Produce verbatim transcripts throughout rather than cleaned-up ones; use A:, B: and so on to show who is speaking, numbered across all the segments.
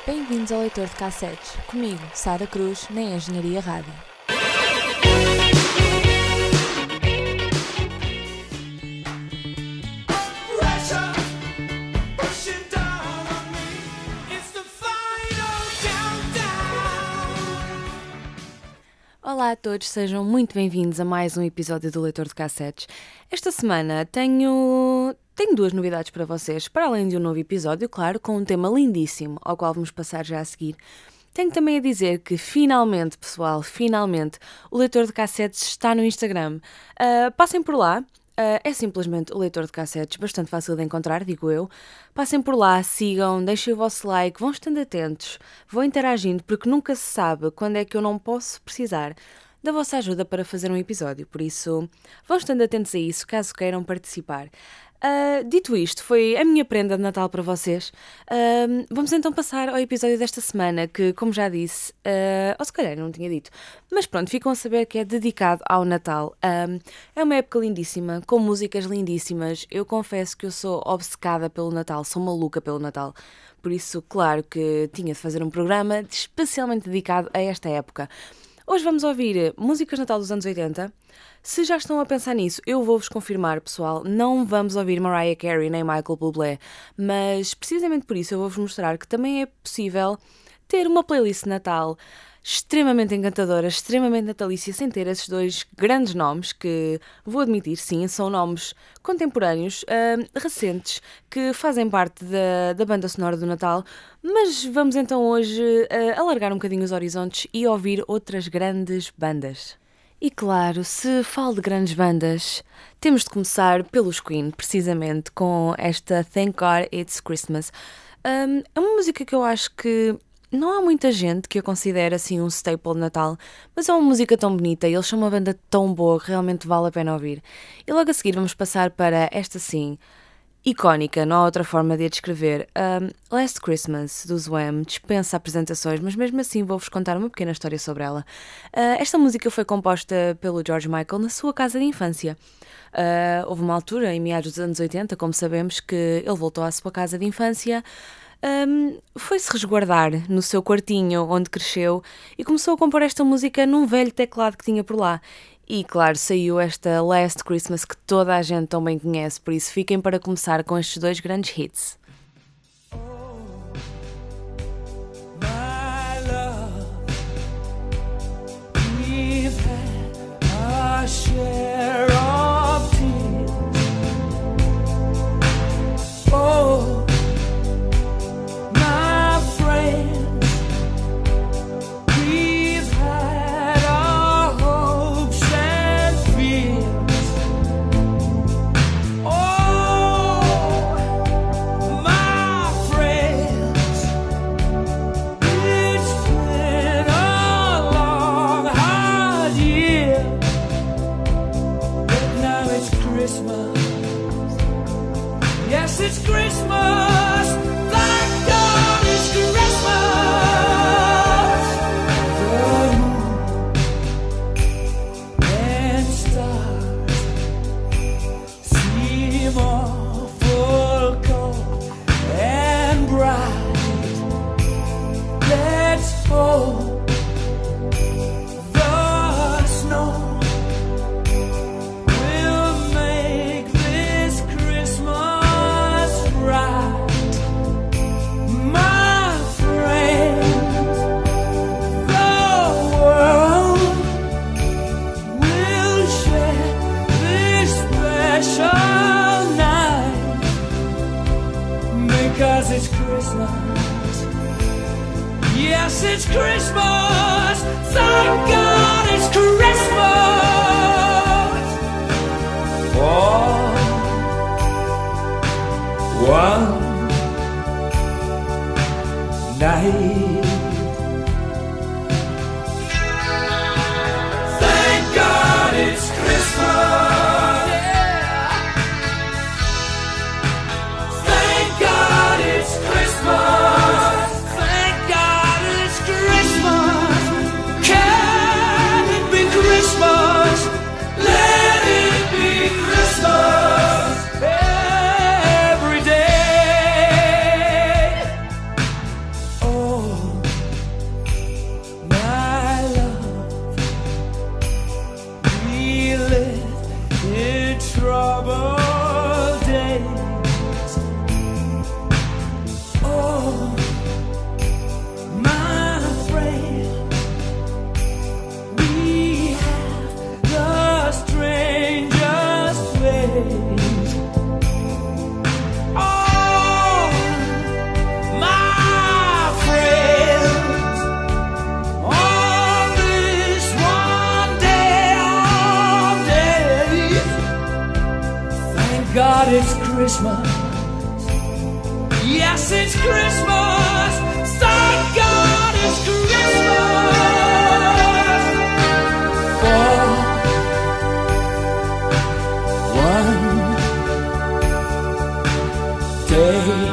A: Bem-vindos ao Leitor de Cassetes, comigo, Sara Cruz, na Engenharia Rádio. Olá a todos, sejam muito bem-vindos a mais um episódio do Leitor de Cassetes. Esta semana tenho... tenho duas novidades para vocês, para além de um novo episódio, claro, com um tema lindíssimo, ao qual vamos passar já a seguir. Tenho também a dizer que finalmente, pessoal, finalmente, o Leitor de Cassetes está no Instagram. Uh, passem por lá. Uh, é simplesmente o Leitor de Cassetes, bastante fácil de encontrar, digo eu. Passem por lá, sigam, deixem o vosso like, vão estando atentos, vão interagindo, porque nunca se sabe quando é que eu não posso precisar da vossa ajuda para fazer um episódio. Por isso, vão estando atentos a isso, caso queiram participar. Uh, dito isto, foi a minha prenda de Natal para vocês. Uh, vamos então passar ao episódio desta semana, que, como já disse, uh, ou se calhar não tinha dito, mas pronto, ficam a saber que é dedicado ao Natal. Uh, é uma época lindíssima, com músicas lindíssimas. Eu confesso que eu sou obcecada pelo Natal, sou maluca pelo Natal. Por isso, claro que tinha de fazer um programa especialmente dedicado a esta época. Hoje vamos ouvir músicas de Natal dos anos oitenta. Se já estão a pensar nisso, eu vou-vos confirmar, pessoal, não vamos ouvir Mariah Carey nem Michael Bublé, mas precisamente por isso eu vou-vos mostrar que também é possível ter uma playlist de Natal extremamente encantadora, extremamente natalícia, sem ter esses dois grandes nomes, que vou admitir, sim, são nomes contemporâneos, uh, recentes, que fazem parte da, da banda sonora do Natal, mas vamos então hoje uh, alargar um bocadinho os horizontes e ouvir outras grandes bandas. E claro, se falo de grandes bandas, temos de começar pelos Queen, precisamente, com esta Thank God It's Christmas. Um, é uma música que eu acho que não há muita gente que a considere assim um staple de Natal, mas é uma música tão bonita e eles são uma banda tão boa que realmente vale a pena ouvir. E logo a seguir vamos passar para esta sim, icónica, não há outra forma de a descrever. Um, Last Christmas, do Wham, dispensa apresentações, mas mesmo assim vou-vos contar uma pequena história sobre ela. Uh, esta música foi composta pelo George Michael na sua casa de infância. Uh, houve uma altura, em meados dos anos oitenta, como sabemos, que ele voltou à sua casa de infância, um, foi-se resguardar no seu quartinho onde cresceu e começou a compor esta música num velho teclado que tinha por lá. E claro, saiu esta Last Christmas que toda a gente tão bem conhece, por isso fiquem para começar com estes dois grandes hits.
B: Yes, it's Christmas. Thank God it's Christmas. For one night. Thank God it's Christmas. Thank God it's Christmas. Every day. Oh God, it's Christmas. Yes, it's Christmas. Thank God it's Christmas. For one day.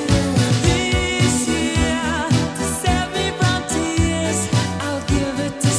C: To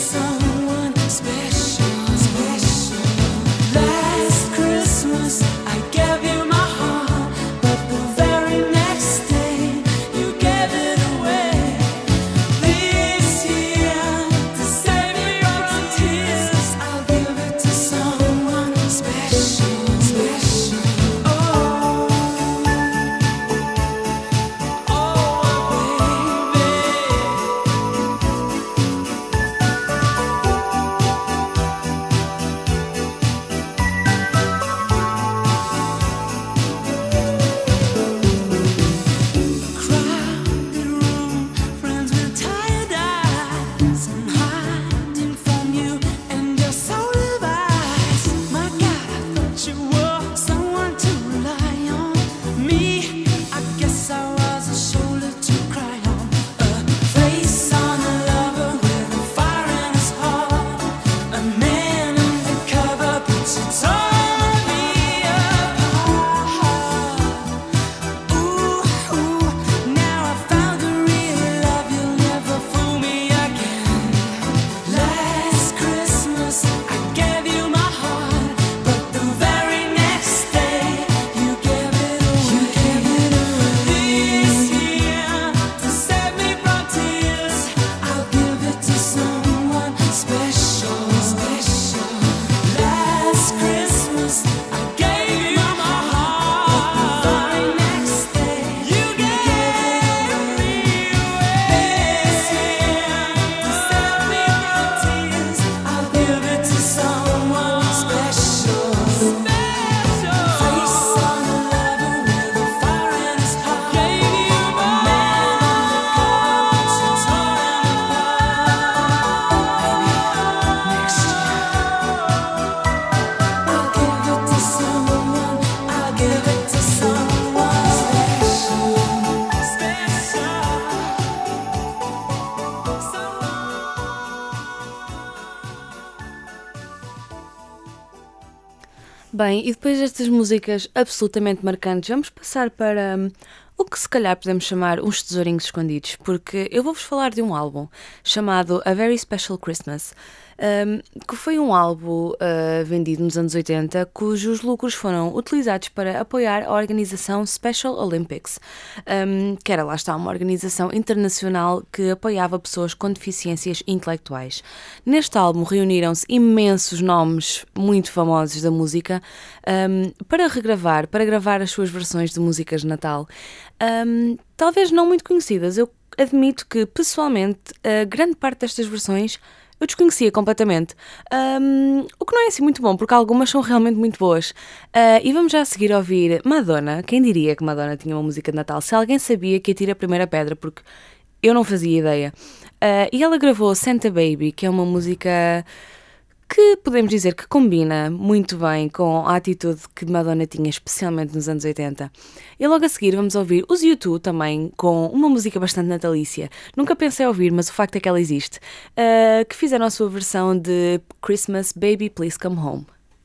A: Bem, e depois destas músicas absolutamente marcantes, vamos passar para hum, o que se calhar podemos chamar uns tesourinhos escondidos, porque eu vou-vos falar de um álbum chamado A Very Special Christmas, hum, que foi um álbum uh, vendido nos anos oitenta, cujos lucros foram utilizados para apoiar a organização Special Olympics, hum, que era, lá está, uma organização internacional que apoiava pessoas com deficiências intelectuais. Neste álbum reuniram-se imensos nomes muito famosos da música um, para regravar, para gravar as suas versões de músicas de Natal. Um, talvez não muito conhecidas. Eu admito que, pessoalmente, a grande parte destas versões eu desconhecia completamente. Um, o que não é assim muito bom, porque algumas são realmente muito boas. Uh, e vamos já a seguir ouvir Madonna. Quem diria que Madonna tinha uma música de Natal? Se alguém sabia que atira a primeira pedra, porque eu não fazia ideia. Uh, e ela gravou Santa Baby, que é uma música que podemos dizer que combina muito bem com a atitude que Madonna tinha, especialmente nos anos oitenta. E logo a seguir vamos ouvir os U dois também, com uma música bastante natalícia. Nunca pensei ouvir, mas o facto é que ela existe. Uh, que fizeram a sua versão de Christmas Baby Please Come Home.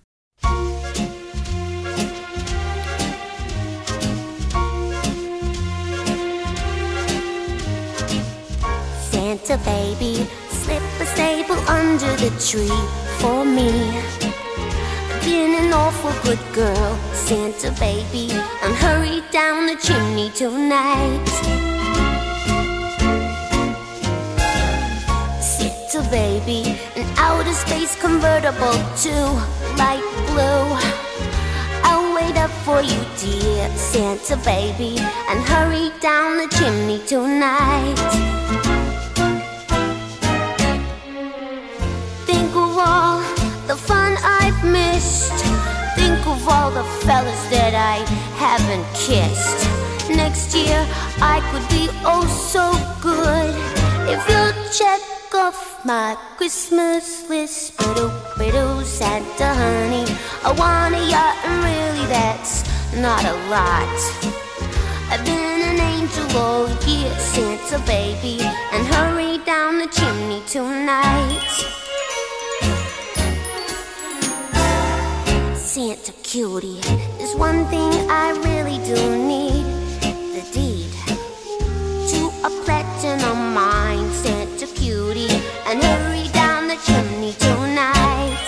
C: Santa baby, slip a sable under the tree for me. I've been an awful good girl, Santa baby, and hurry down the chimney tonight. Santa baby, an outer space convertible to light blue. I'll wait up for you, dear Santa baby, and hurry down the chimney tonight. The fun I've missed. Think of all the fellas that I haven't kissed. Next year I could be oh so good if you'll check off my Christmas list. But oh, Santa honey, I want a yacht, and really that's not a lot. I've been an angel all year, Santa baby, and hurry down the chimney tonight. Santa cutie, there's one thing I really do need. The deed to a platinum mine, Santa cutie, and hurry down the chimney tonight.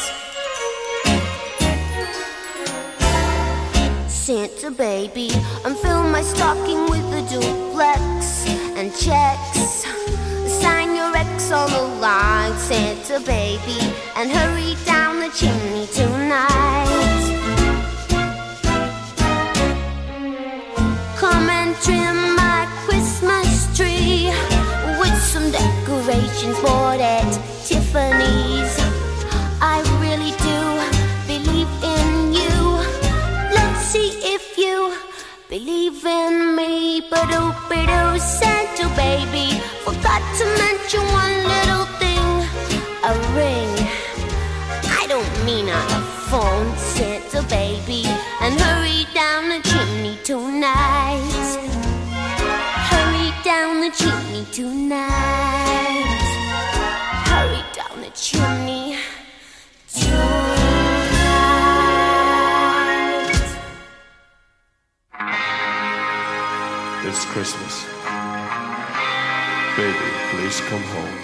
C: Santa baby, and fill my stocking with a duplex and checks. Sign your ex on the line, Santa baby, and hurry down the chimney tonight. Come and trim my Christmas tree with some decorations bought at Tiffany's. I really do believe in you. Let's see if you believe in me. But oh, but oh, Santa baby, forgot to mention one little thing. A ring. I don't mean on a phone, Santa baby, and hurry down the chimney tonight. Hurry down the chimney tonight. Hurry down the chimney tonight.
D: It's Christmas. Baby, please come home.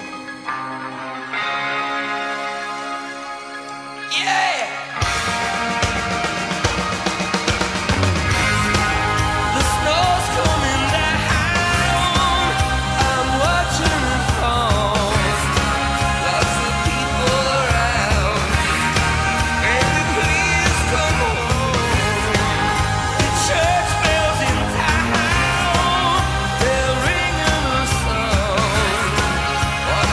B: What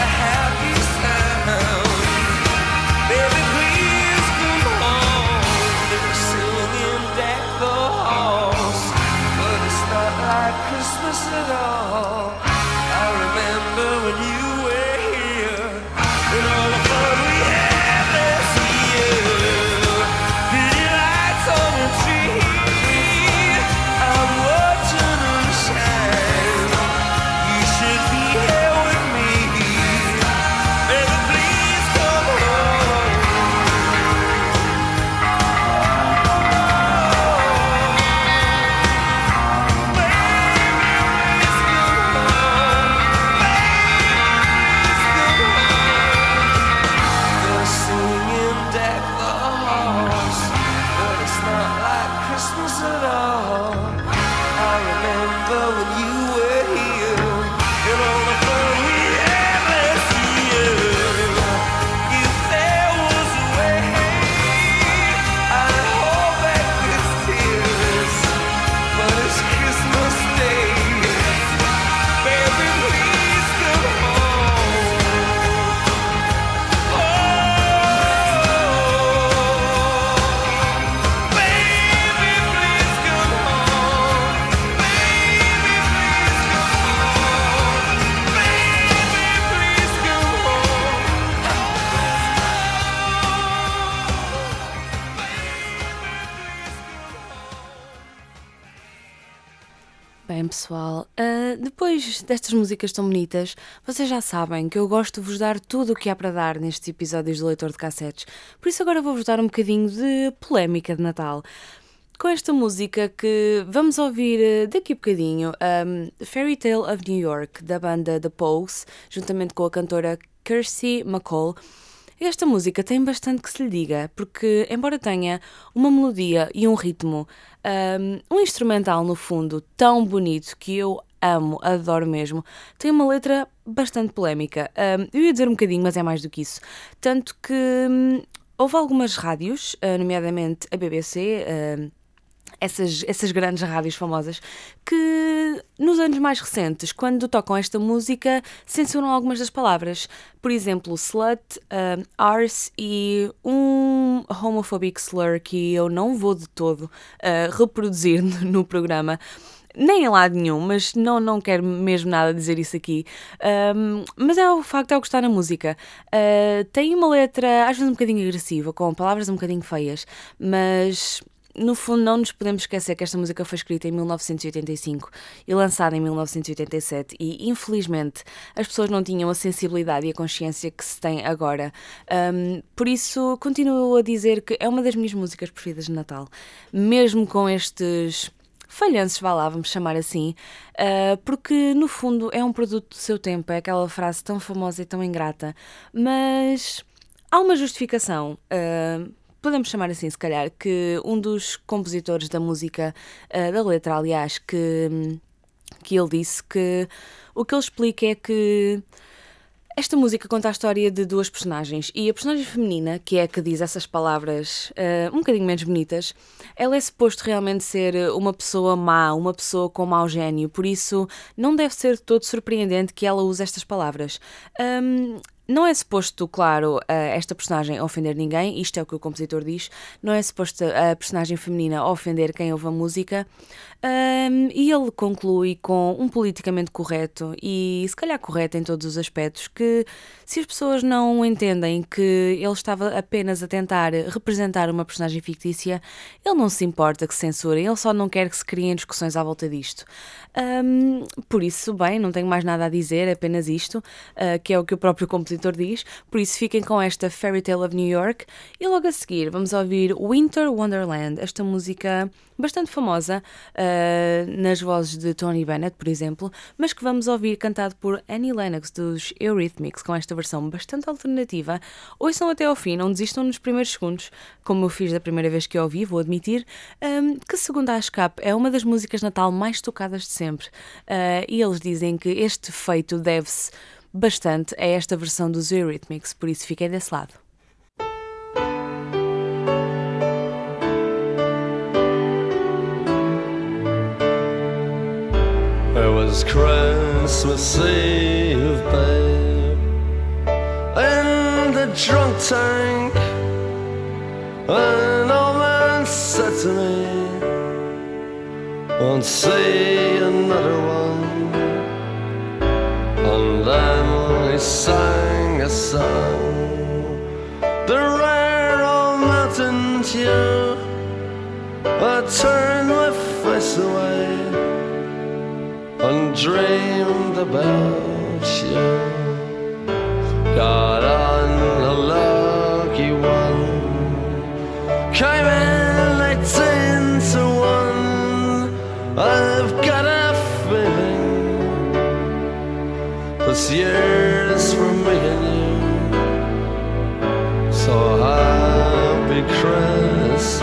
A: pessoal, uh, depois destas músicas tão bonitas, vocês já sabem que eu gosto de vos dar tudo o que há para dar nestes episódios do Leitor de Cassetes, por isso agora vou-vos dar um bocadinho de polémica de Natal. Com esta música que vamos ouvir daqui a bocadinho, um, Fairy Tale of New York, da banda The Pogues, juntamente com a cantora Kirsty MacColl. Esta música tem bastante que se lhe diga, porque embora tenha uma melodia e um ritmo, um, um instrumental no fundo tão bonito que eu amo, adoro mesmo, tem uma letra bastante polémica. Um, eu ia dizer um bocadinho, mas é mais do que isso. Tanto que um, houve algumas rádios, uh, nomeadamente a B B C, uh, Essas, essas grandes rádios famosas, que nos anos mais recentes, quando tocam esta música, censuram algumas das palavras. Por exemplo, slut, uh, arse e um homophobic slur que eu não vou de todo uh, reproduzir no, no programa. Nem em lado nenhum, mas não, não quero mesmo nada dizer isso aqui. Um, mas é o facto, é o que está na música. Uh, tem uma letra às vezes um bocadinho agressiva, com palavras um bocadinho feias, mas no fundo não nos podemos esquecer que esta música foi escrita em mil novecentos e oitenta e cinco e lançada em mil novecentos e oitenta e sete e infelizmente as pessoas não tinham a sensibilidade e a consciência que se tem agora. Um, por isso continuo a dizer que é uma das minhas músicas preferidas de Natal, mesmo com estes falhanços, vá lá, vamos chamar assim, uh, porque no fundo é um produto do seu tempo, é aquela frase tão famosa e tão ingrata, mas há uma justificação. Uh, Podemos chamar assim, se calhar, que um dos compositores da música, uh, da letra, aliás, que, que ele disse que o que ele explica é que esta música conta a história de duas personagens e a personagem feminina, que é a que diz essas palavras uh, um bocadinho menos bonitas, ela é suposto realmente ser uma pessoa má, uma pessoa com mau gênio, por isso não deve ser todo surpreendente que ela use estas palavras. Um, Não é suposto, claro, esta personagem ofender ninguém, isto é o que o compositor diz, não é suposto a personagem feminina ofender quem ouve a música, um, e ele conclui com um politicamente correto e se calhar correto em todos os aspectos, que se as pessoas não entendem que ele estava apenas a tentar representar uma personagem fictícia, ele não se importa que se censurem, ele só não quer que se criem discussões à volta disto. Um, por isso, bem, não tenho mais nada a dizer, é apenas isto, uh, que é o que o próprio compositor diz, por isso fiquem com esta Fairy Tale of New York e logo a seguir vamos ouvir Winter Wonderland, esta música bastante famosa uh, nas vozes de Tony Bennett, por exemplo, mas que vamos ouvir cantado por Annie Lennox dos Eurythmics, com esta versão bastante alternativa. Ouçam até ao fim, não desistam nos primeiros segundos, como eu fiz da primeira vez que eu ouvi, vou admitir, um, que segundo a ASCAP é uma das músicas de Natal mais tocadas de sempre, uh, e eles dizem que este feito deve-se bastante a esta versão dos Eurythmics, por isso fiquei desse lado.
D: It was Christmas Eve, babe, in the drunk tank. An old man said to me, won't see another one. And then we sang a song, the rare old mountain dew. I turned my face away and dreamed about you. Got on a lucky one, came in eighteen to one. I've got a feeling this year's for me and you. So happy Christmas,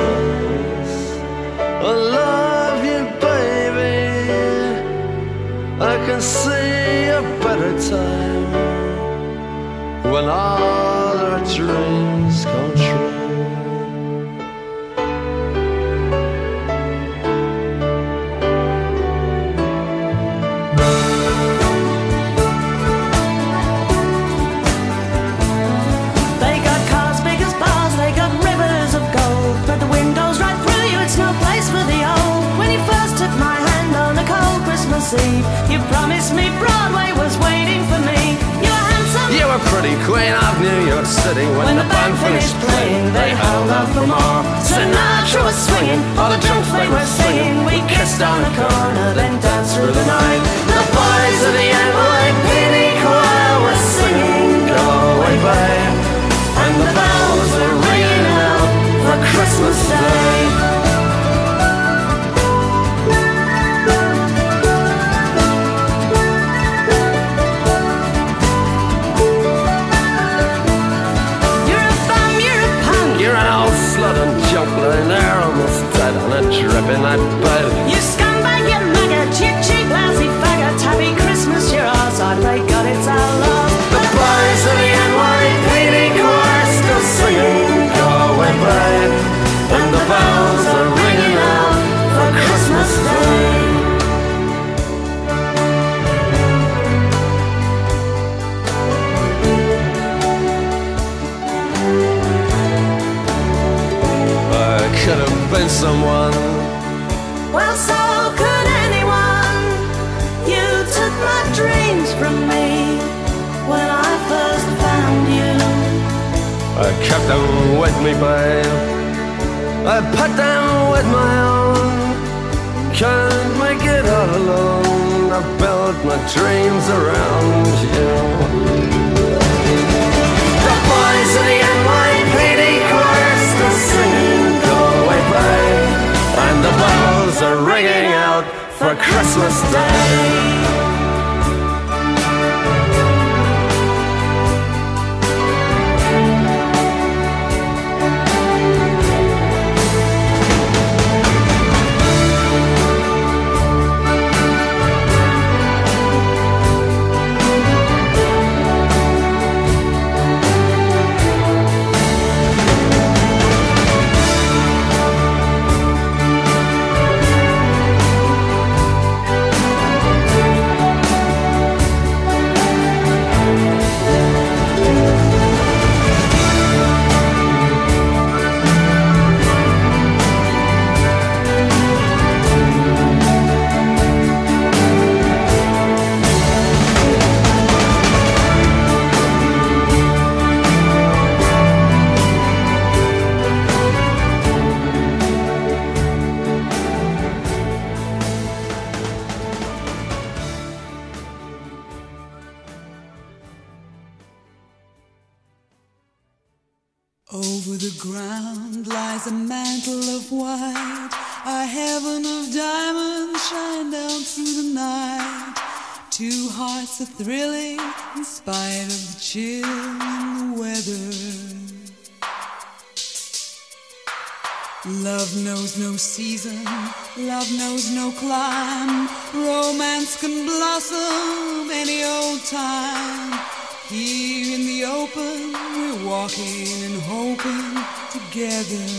D: I love you, baby. I can see a better time when all our dreams come true.
C: You promised me Broadway was waiting for me. You were handsome,
D: you were pretty beauty queen of New York City. When, when the band finished playing, they held out for more. Sinatra was swinging, all the drunks they were singing. We kissed on the corner, then danced through the night. The boys of the N Y P D choir were singing Go Away Babe, and the bells were ringing out for Christmas Day. Lying there almost dead on a dripping night bed.
E: You scumbag, you maggot, cheap, cheap, lousy faggot. Happy Christmas, you're ours, I pray God it's our love.
D: The boys of the N Y P D choir still singing Go Away Babe, and the bells are ringing out for Christmas Day. Could have been someone.
E: Well, so could anyone. You took my dreams from me when I first found you.
D: I kept them with me, babe. I put them with my own. Can't make it all alone. I built my dreams around you. The boys of the N Y P D choir still singing and the bells are ringing out for Christmas Day.
B: Over the ground lies a mantle of white, a heaven of diamonds shine down through the night. Two hearts are thrilling in spite of the chill in the weather. Love knows no season, love knows no clime. Romance can blossom any old time. Here in the open, we're walking and hoping together.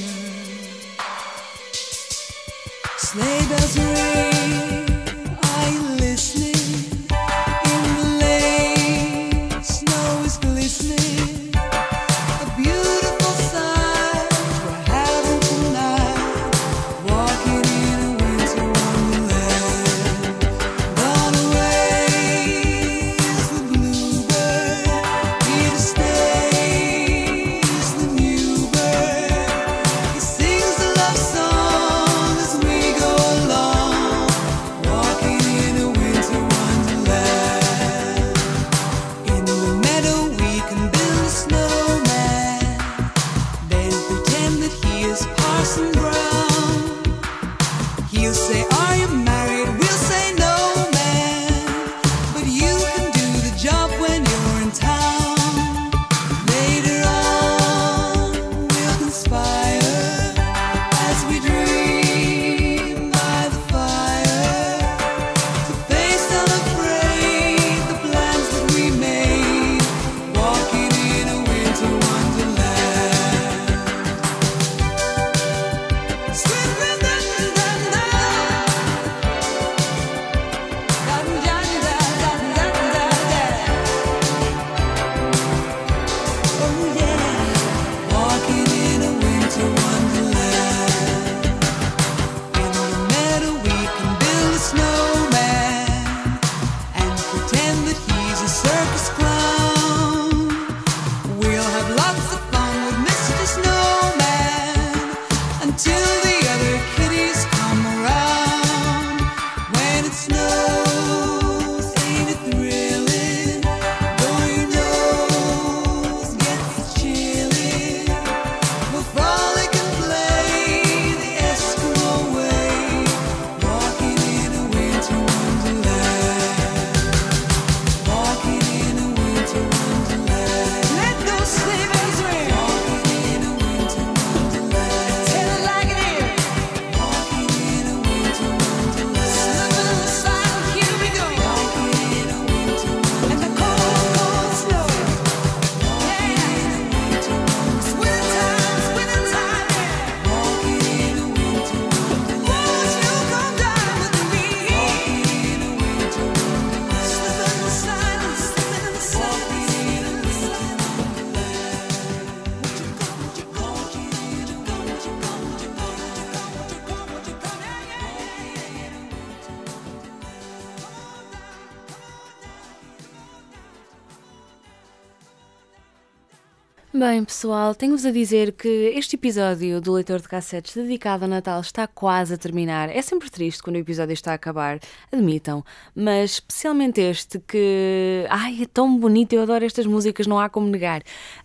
B: Sleigh bells ring, are you listening? In the lane, snow is glistening. A beautiful sight we're having tonight, walking in a winter wonderland. Gone away is the bluebird, here to stay is the new bird. He sings a love song as we go along, walking in a winter wonderland. In the meadow we can build a snowman, then pretend that he is Parson Brown. He'll say, are you married? We'll say, no, man, but you can do the job when you're in town. Later on we'll conspire as we dream by the fire, to face unafraid the plans that we made, walking in a winter wonderland. Sweet rhythm, oh yeah, walking in a winter wonderland. In the meadow we can build a snowman and pretend that he's a circus clown.
A: Bem, pessoal, tenho-vos a dizer que este episódio do Leitor de Cassetes dedicado ao Natal está quase a terminar. É sempre triste quando o episódio está a acabar, admitam, mas especialmente este que... Ai, é tão bonito, eu adoro estas músicas, não há como negar.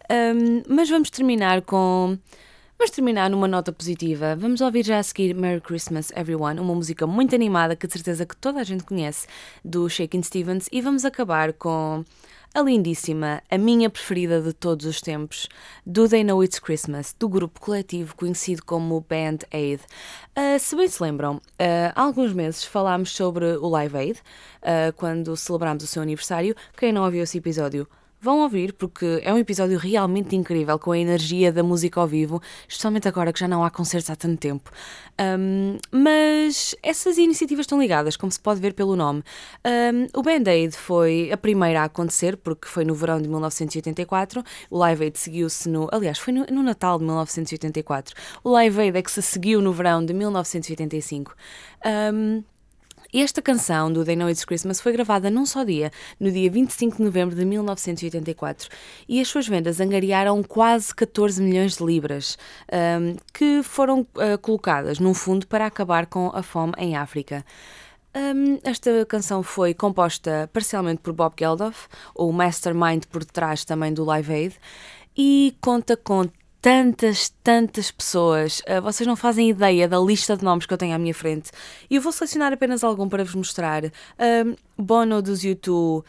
A: Um, mas vamos terminar com... Vamos terminar numa nota positiva. Vamos ouvir já a seguir Merry Christmas Everyone, uma música muito animada que de certeza que toda a gente conhece, do Shakin' Stevens, e vamos acabar com... a lindíssima, a minha preferida de todos os tempos, Do They Know It's Christmas, do grupo coletivo conhecido como Band Aid. Uh, se bem se lembram, uh, há alguns meses falámos sobre o Live Aid, uh, quando celebrámos o seu aniversário. Quem não ouviu esse episódio, vão ouvir, porque é um episódio realmente incrível, com a energia da música ao vivo, especialmente agora que já não há concertos há tanto tempo. Um, mas essas iniciativas estão ligadas, como se pode ver pelo nome. Um, o Band Aid foi a primeira a acontecer, porque foi no verão de mil novecentos e oitenta e quatro. O Live Aid seguiu-se no... Aliás, foi no, no Natal de mil novecentos e oitenta e quatro. O Live Aid é que se seguiu no verão de mil novecentos e oitenta e cinco. Um, E esta canção, do They Know It's Christmas, foi gravada num só dia, no dia vinte e cinco de novembro de mil novecentos e oitenta e quatro, e as suas vendas angariaram quase catorze milhões de libras, um, que foram uh, colocadas num fundo para acabar com a fome em África. Um, esta canção foi composta parcialmente por Bob Geldof, o mastermind por detrás também do Live Aid, e conta com tantas, tantas pessoas. Uh, vocês não fazem ideia da lista de nomes que eu tenho à minha frente. E eu vou selecionar apenas algum para vos mostrar. Um, Bono dos U dois,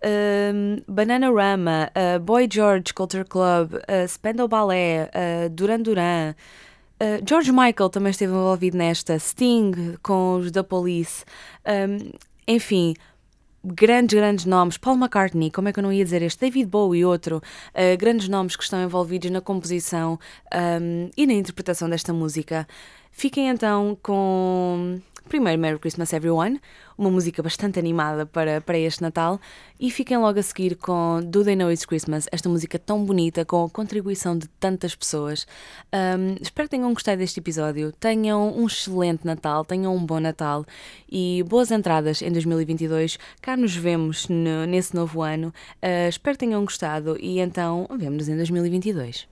A: um, Bananarama, uh, Boy George Culture Club, uh, Spandau Ballet, uh, Duran Duran, uh, George Michael também esteve envolvido nesta, Sting com os The Police, um, enfim... grandes, grandes nomes, Paul McCartney, como é que eu não ia dizer este, David Bowie e outro, uh, grandes nomes que estão envolvidos na composição um, e na interpretação desta música. Fiquem então com, primeiro, Merry Christmas Everyone, uma música bastante animada para, para este Natal, e fiquem logo a seguir com Do They Know It's Christmas, esta música tão bonita, com a contribuição de tantas pessoas. Um, espero que tenham gostado deste episódio, tenham um excelente Natal, tenham um bom Natal e boas entradas em dois mil e vinte e dois. Cá nos vemos no, nesse novo ano. Uh, espero que tenham gostado e então vemo-nos em dois mil e vinte e dois.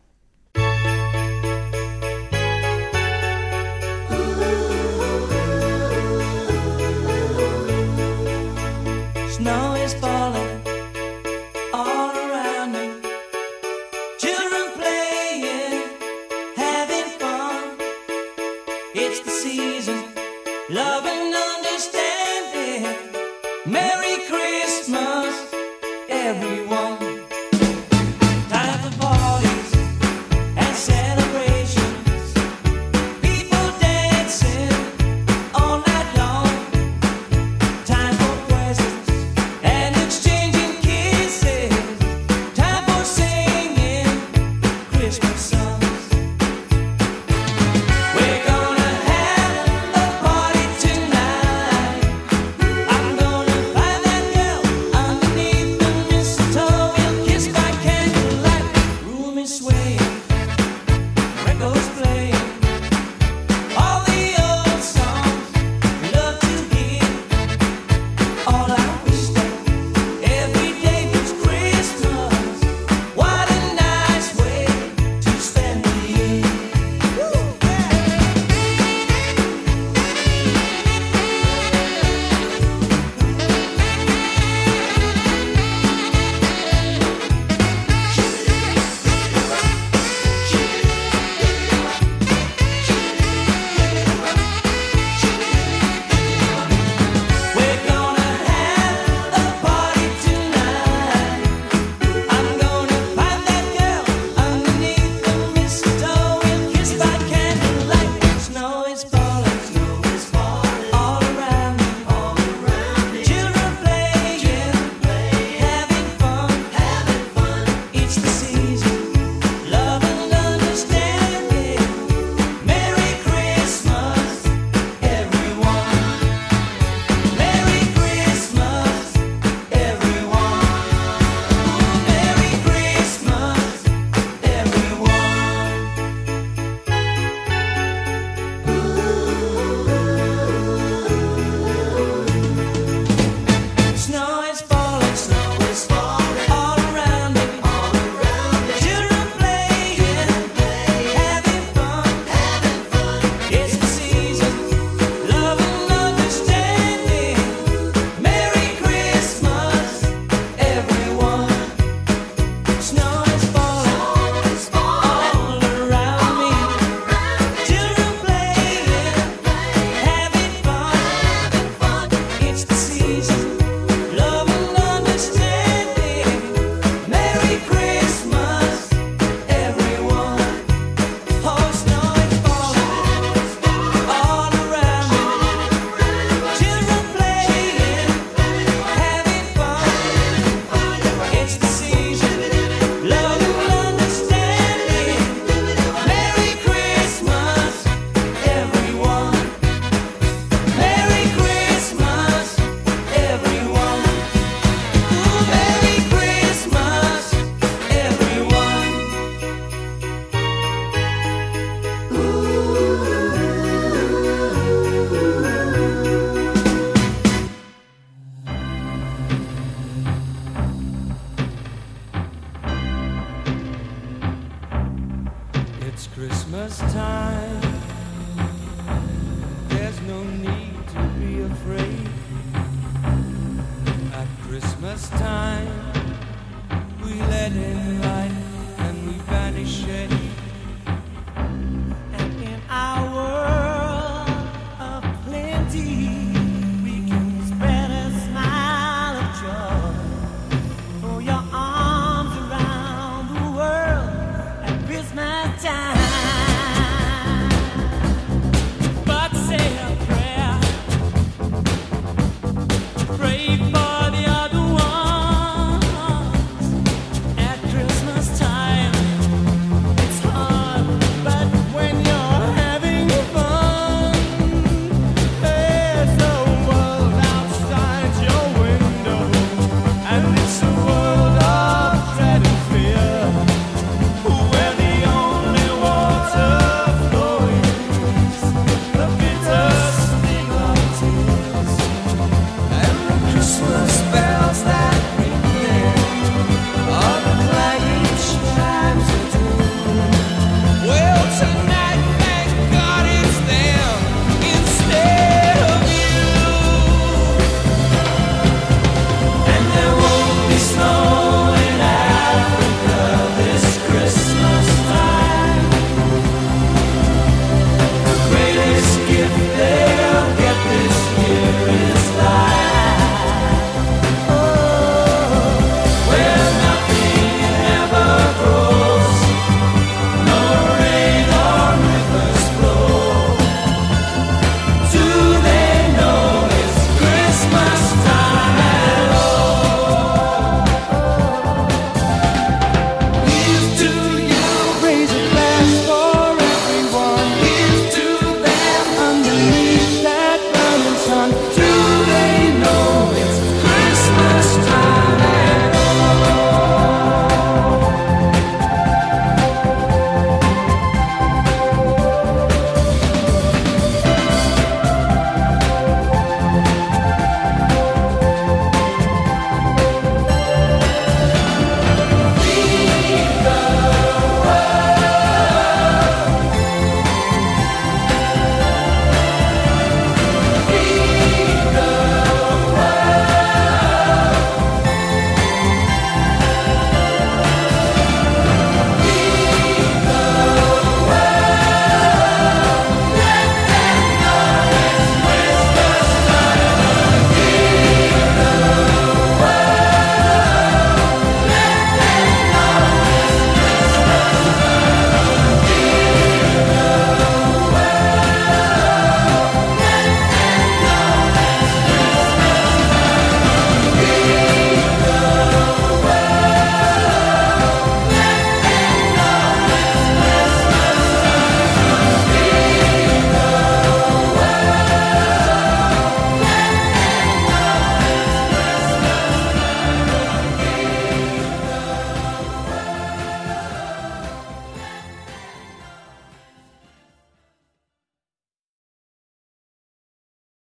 B: Snow is falling all around me. Children playing, having fun. It's the season, love and understanding. Merry Christmas, everyone. Time for parties and celebrations. People dancing all night long. Time for presents and exchanging kisses. Time for singing Christmas songs. We're gonna have a party tonight. I'm gonna find that girl underneath the mistletoe. We'll kiss by candlelight. Room is swaying, records playing. All the old songs we love to hear. All I wish that every day was Christmas. What a nice way to spend the year. It's Christmas time. There's no need to be afraid. At Christmas time, we let in light and we banish shade. And in our world of plenty, we can spread a smile of joy. Throw your arms around the world at Christmas time.